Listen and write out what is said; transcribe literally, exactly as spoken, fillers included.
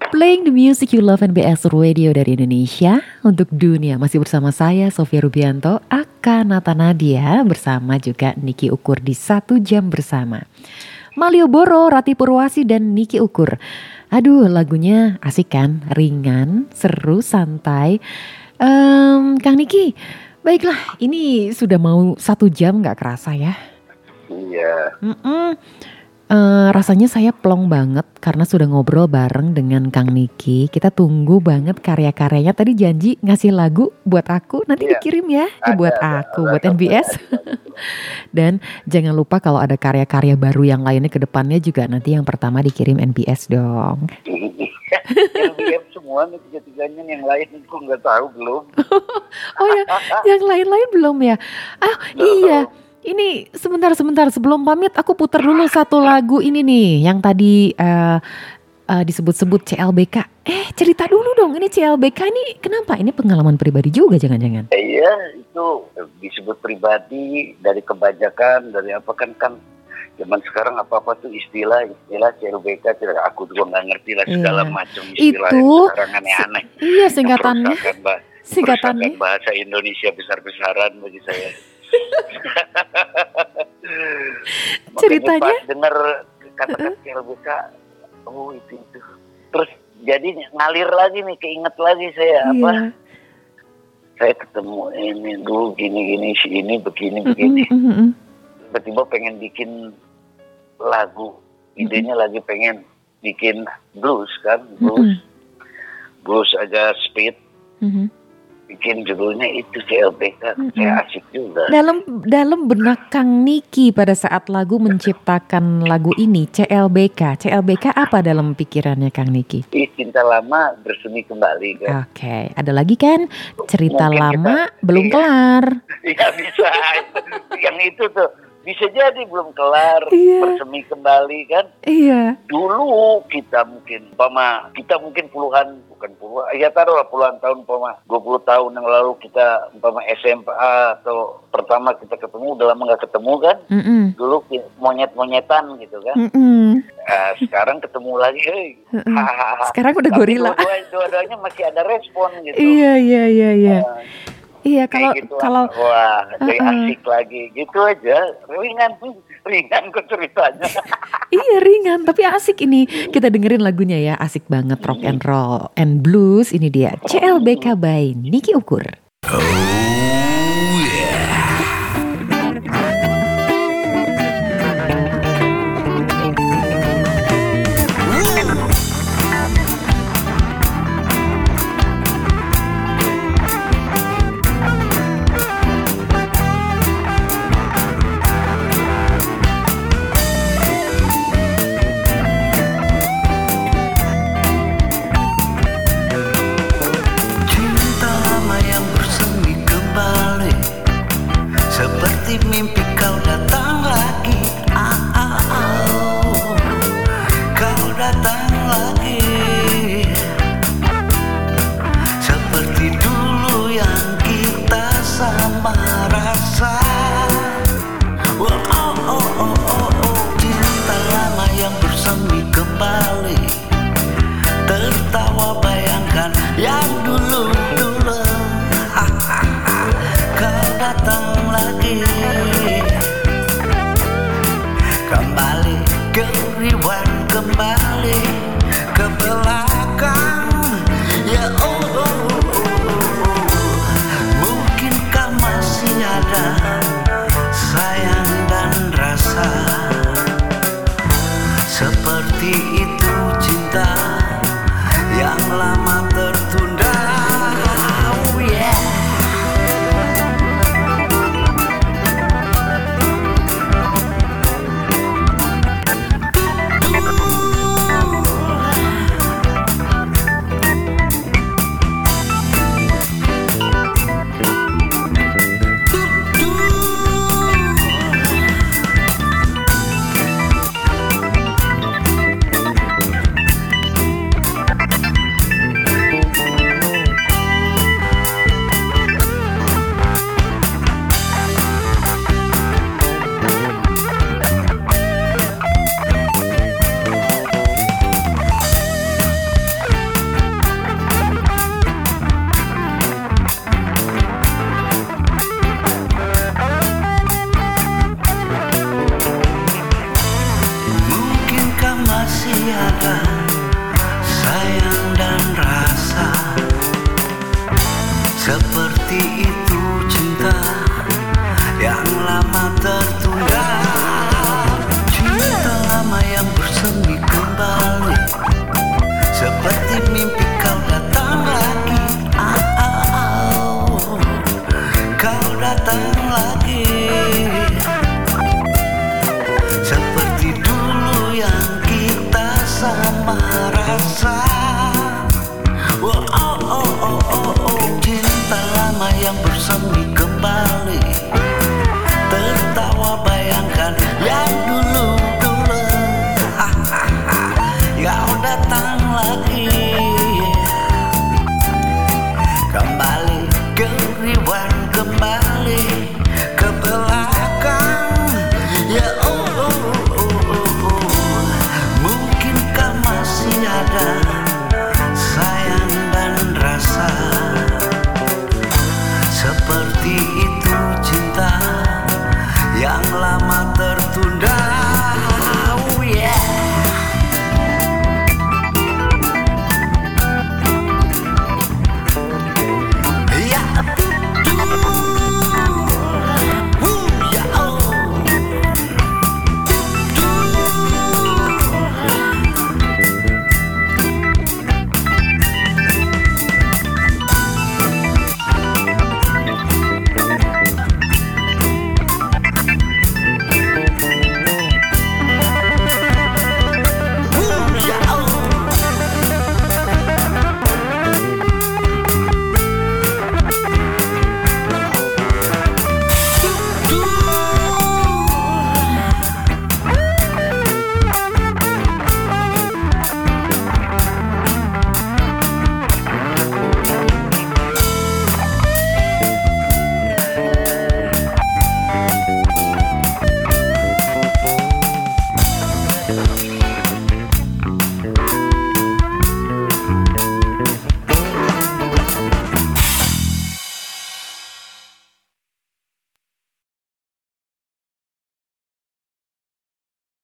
Playing the music you love N B S Radio dari Indonesia untuk dunia. Masih bersama saya Sofia Rubianto, Aka Nata Nadia, bersama juga Niki Ukur di Satu Jam Bersama. Malioboro, Rati Purwasi dan Niki Ukur. Aduh, lagunya asik kan, ringan, seru, santai. um, Kang Niki, baiklah, ini sudah mau satu jam gak kerasa ya. Iya. Mm-mm. Uh, rasanya saya plong banget karena sudah ngobrol bareng dengan Kang Niki. Kita tunggu banget karya-karyanya. Tadi janji ngasih lagu buat aku, nanti yeah. dikirim ya, ya buat ada, aku, ada, buat ada, N B S. Dan jangan lupa kalau ada karya-karya baru yang lainnya ke depannya juga nanti yang pertama dikirim N B S dong. N B S semua nih tiga-tiganya, yang lain aku nggak tahu belum. Oh ya, yang lain-lain belum ya? Ah no. Iya. Ini sebentar-sebentar sebelum pamit aku putar dulu satu lagu ini nih yang tadi uh, uh, disebut-sebut C L B K. Eh cerita dulu dong, ini C L B K ini kenapa? Ini pengalaman pribadi juga jangan-jangan? Iya, itu disebut pribadi dari kebanyakan, dari apa kan kan zaman sekarang apa-apa tuh istilah-istilah C L B K, tidak aku juga nggak ngerti lah segala yeah. macam istilah itu, yang sekarang aneh-aneh. Iya singkatannya. Singkatannya bahasa Indonesia besar-besaran bagi saya. Ceritanya pas dengar kata-kata C L B K, oh itu itu terus jadi ngalir lagi nih, keinget lagi saya yeah. apa saya ketemu ini dulu gini-gini si ini begini-begini mm-hmm. tiba-tiba pengen bikin lagu, idenya mm-hmm. lagi pengen bikin blues kan, blues mm-hmm. blues agak speed mm-hmm. bikin judulnya itu C L B K, mm-hmm. kayak asik juga. Dalam dalam benak Kang Niki pada saat lagu menciptakan lagu ini C L B K, C L B K apa dalam pikirannya Kang Niki? Cinta lama bersemi kembali kan. Oke, okay. Ada lagi kan cerita mungkin lama kita, belum iya. kelar. Iya bisa, yang itu tuh bisa jadi belum kelar, iya. bersemi kembali kan. Iya. Dulu kita mungkin, umpama kita mungkin puluhan, bukan puluhan, ya taruhlah puluhan tahun, umpama dua puluh tahun yang lalu kita umpama S M A atau pertama kita ketemu, udah lama gak ketemu kan. Mm-mm. Dulu monyet-monyetan gitu kan. Nah, sekarang ketemu lagi, hey. Sekarang udah gorila. Tapi dua-duanya masih ada respon gitu. Iya, iya, iya, iya. Uh, Iya kalau gitu kalau wah jadi uh-uh. asik lagi gitu aja, ringan ringan kok ceritanya. Iya ringan tapi asik ini, kita dengerin lagunya ya, asik banget, rock and roll and blues. Ini dia C L B K by Niki Ukur. Oh. Mimpi kau datang lagi, ah, ah, ah. Kau datang lagi, seperti dulu yang kita sama rasa. Oh, oh, oh, oh, oh, oh. Cinta lama yang bersemi kembali, tertawa bayangkan yang dulu-dulu. Ah, ah, ah. Kau datang lagi, kembali ke rewind, kembali ke belakang. Ya oh, oh, oh, oh. Mungkinkah masih ada sayang dan rasa seperti itu, cinta yang lama tertunda. Oh yeah. tiada sayang dan rasa. Seperti itu cinta yang lama tertunda, cinta lama yang bersemi kembali, seperti mimpi kau datang lagi. Ah, ah, ah, kau datang lagi, seperti dulu yang kita sama rasa. Oh, oh, oh, oh, oh, oh. Cinta lama yang bersemi kembali, tertawa bayangkan yang dulu dulu. Kau datang lagi.